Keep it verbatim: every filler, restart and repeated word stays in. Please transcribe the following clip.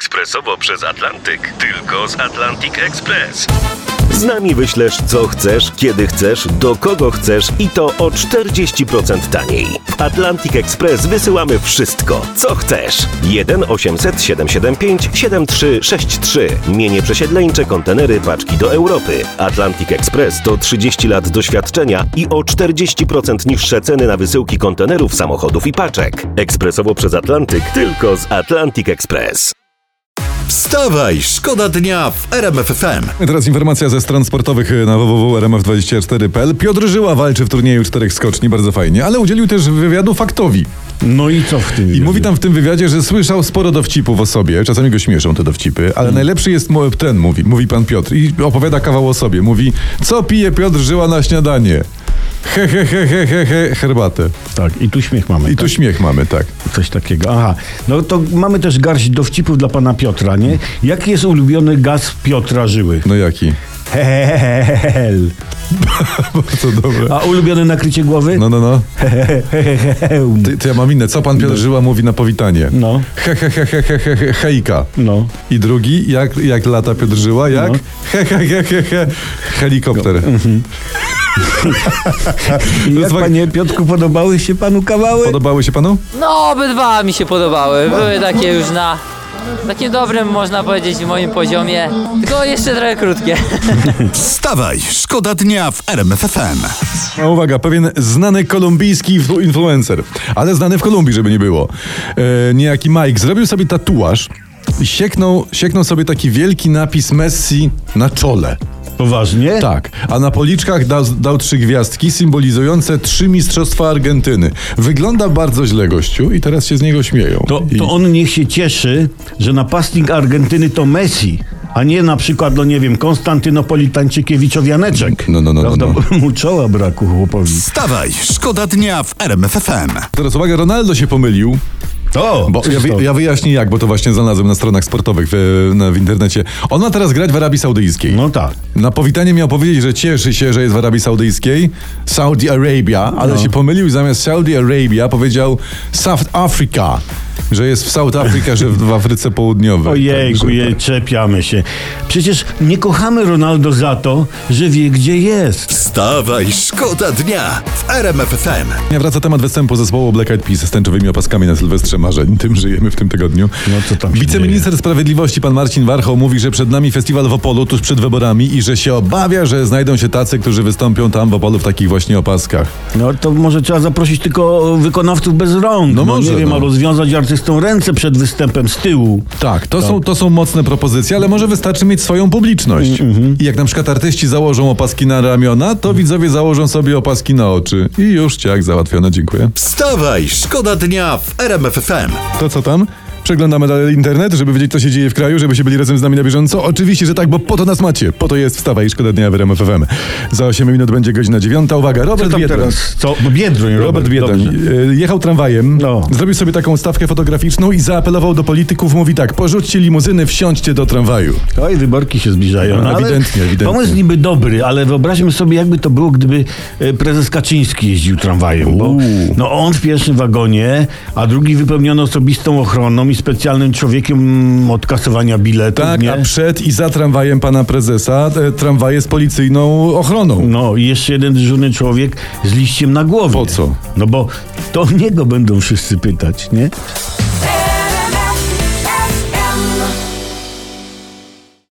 ekspresowo przez Atlantyk. Tylko z Atlantic Express. Z nami wyślesz co chcesz, kiedy chcesz, do kogo chcesz i to o czterdzieści procent taniej. W Atlantic Express wysyłamy wszystko, co chcesz. jeden osiemset siedemset siedemdziesiąt pięć siedemdziesiąt trzy sześćdziesiąt trzy. Mienie przesiedleńcze, kontenery, paczki do Europy. Atlantic Express to trzydzieści lat doświadczenia i o czterdzieści procent niższe ceny na wysyłki kontenerów, samochodów i paczek. Ekspresowo przez Atlantyk, tylko z Atlantic Express. Wstawaj, szkoda dnia w R M F F M. Teraz informacja ze stron sportowych na w w w kropka r m f dwadzieścia cztery kropka p l. Piotr Żyła walczy w turnieju czterech skoczni, bardzo fajnie, ale udzielił też wywiadu Faktowi. No i co w tym? I mówi tam w tym wywiadzie, że słyszał sporo dowcipów o sobie, czasami go śmieszą te dowcipy, ale hmm. najlepszy jest ten, mówi, mówi pan Piotr i opowiada kawał o sobie. Mówi, co pije Piotr Żyła na śniadanie? He, he, he, he, he, he, herbatę. Tak, i tu śmiech mamy. I tak? tu śmiech mamy, tak. Coś takiego. Aha, no to mamy też garść dowcipów dla pana Piotra, nie? Jaki jest ulubiony gaz Piotra Żyły? No jaki? Hel. Bardzo dobre. A ulubione nakrycie głowy? No, no, no. Ty, ty ja mam inne. Co pan Piotr Żyła mówi na powitanie? No. He, he, he, he, he, he, he, hejka. No. I drugi, jak, jak lata Piotr Żyła? Jak? No. He, he, he, he, he. Helikopter. No. Mhm. I jak, panie Piotrku, podobały się panu kawały? Podobały się panu? No, obydwa mi się podobały. Były takie już na takim dobrym, można powiedzieć, w moim poziomie. Tylko jeszcze trochę krótkie. Wstawaj, szkoda dnia w R M F F M. No, uwaga, pewien znany kolumbijski influencer, ale znany w Kolumbii, żeby nie było. E, niejaki Mike zrobił sobie tatuaż i sieknął, sieknął sobie taki wielki napis Messi na czole. Poważnie? Tak, a na policzkach dał, dał trzy gwiazdki symbolizujące trzy mistrzostwa Argentyny. Wygląda bardzo źle, gościu, i teraz się z niego śmieją. To, I... to on niech się cieszy, że napastnik Argentyny to Messi, a nie na przykład, no nie wiem, Konstantynopolitańczykiewiczowianeczek. No, no, no, Prawda? no, no. Bo mu czoła braku chłopowi. Wstawaj, szkoda dnia w R M F F M. Teraz uwaga, Ronaldo się pomylił. O, Bo ja, wy, ja wyjaśnię jak, bo to właśnie znalazłem na stronach sportowych w, na, w internecie. On ma teraz grać w Arabii Saudyjskiej. No tak. Na powitanie miał powiedzieć, że cieszy się, że jest w Arabii Saudyjskiej, Saudi Arabia, ale no. się pomylił i zamiast Saudi Arabia powiedział South Africa. Że jest w South Africa, że w Afryce Południowej. Ojejku, je, tak. czepiamy się. Przecież nie kochamy Ronaldo za to, że wie, gdzie jest. Wstawaj, szkoda dnia w R M F F M. Ja wraca temat występu zespołu Black Eyed Peas z tęczowymi opaskami na Sylwestrze Marzeń. Tym żyjemy w tym tygodniu. No co tam się Wiceminister dzieje? Sprawiedliwości pan Marcin Warchoł mówi, że przed nami festiwal w Opolu tuż przed wyborami i że się obawia, że znajdą się tacy, którzy wystąpią tam w Opolu w takich właśnie opaskach. No to może trzeba zaprosić tylko wykonawców bez rąk. No, no może, nie wiem, no. albo związać artystą ręce przed występem z tyłu. Tak, to, Tak. Są, to są mocne propozycje, ale może wystarczy mieć swoją publiczność. Mm-hmm. I jak na przykład artyści założą opaski na ramiona, to widzowie założą sobie opaski na oczy. I już ciach, załatwione, dziękuję. Wstawaj, szkoda dnia w R M F F M. To co tam? Przeglądamy dalej internet, żeby wiedzieć, co się dzieje w kraju, żebyście byli razem z nami na bieżąco. Oczywiście, że tak, bo po to nas macie. Po to jest Wstawaj i szkoda dnia w R M F F M. Za osiem minut będzie godzina dziewiąta. Uwaga, Robert Biedroń. Teraz? Co? No Biedroń, Robert, Robert Biedroń dobrze. jechał tramwajem, No. zrobił sobie taką stawkę fotograficzną i zaapelował do polityków. Mówi tak, porzućcie limuzyny, wsiądźcie do tramwaju. Oj, wyborki się zbliżają. No, ale ewidentnie, ewidentnie. Pomysł niby dobry, ale wyobraźmy sobie, jakby to było, gdyby e, prezes Kaczyński jeździł tramwajem. Bo no, on w pierwszym wagonie, a drugi wypełniony osobistą ochroną i specjalnym człowiekiem od kasowania biletów. Tak, nie? a przed i za tramwajem pana prezesa e, tramwaje z policyjną ochroną. No i jeszcze jeden dyżurny człowiek z liściem na głowie. Po co? No bo to o niego będą wszyscy pytać, nie?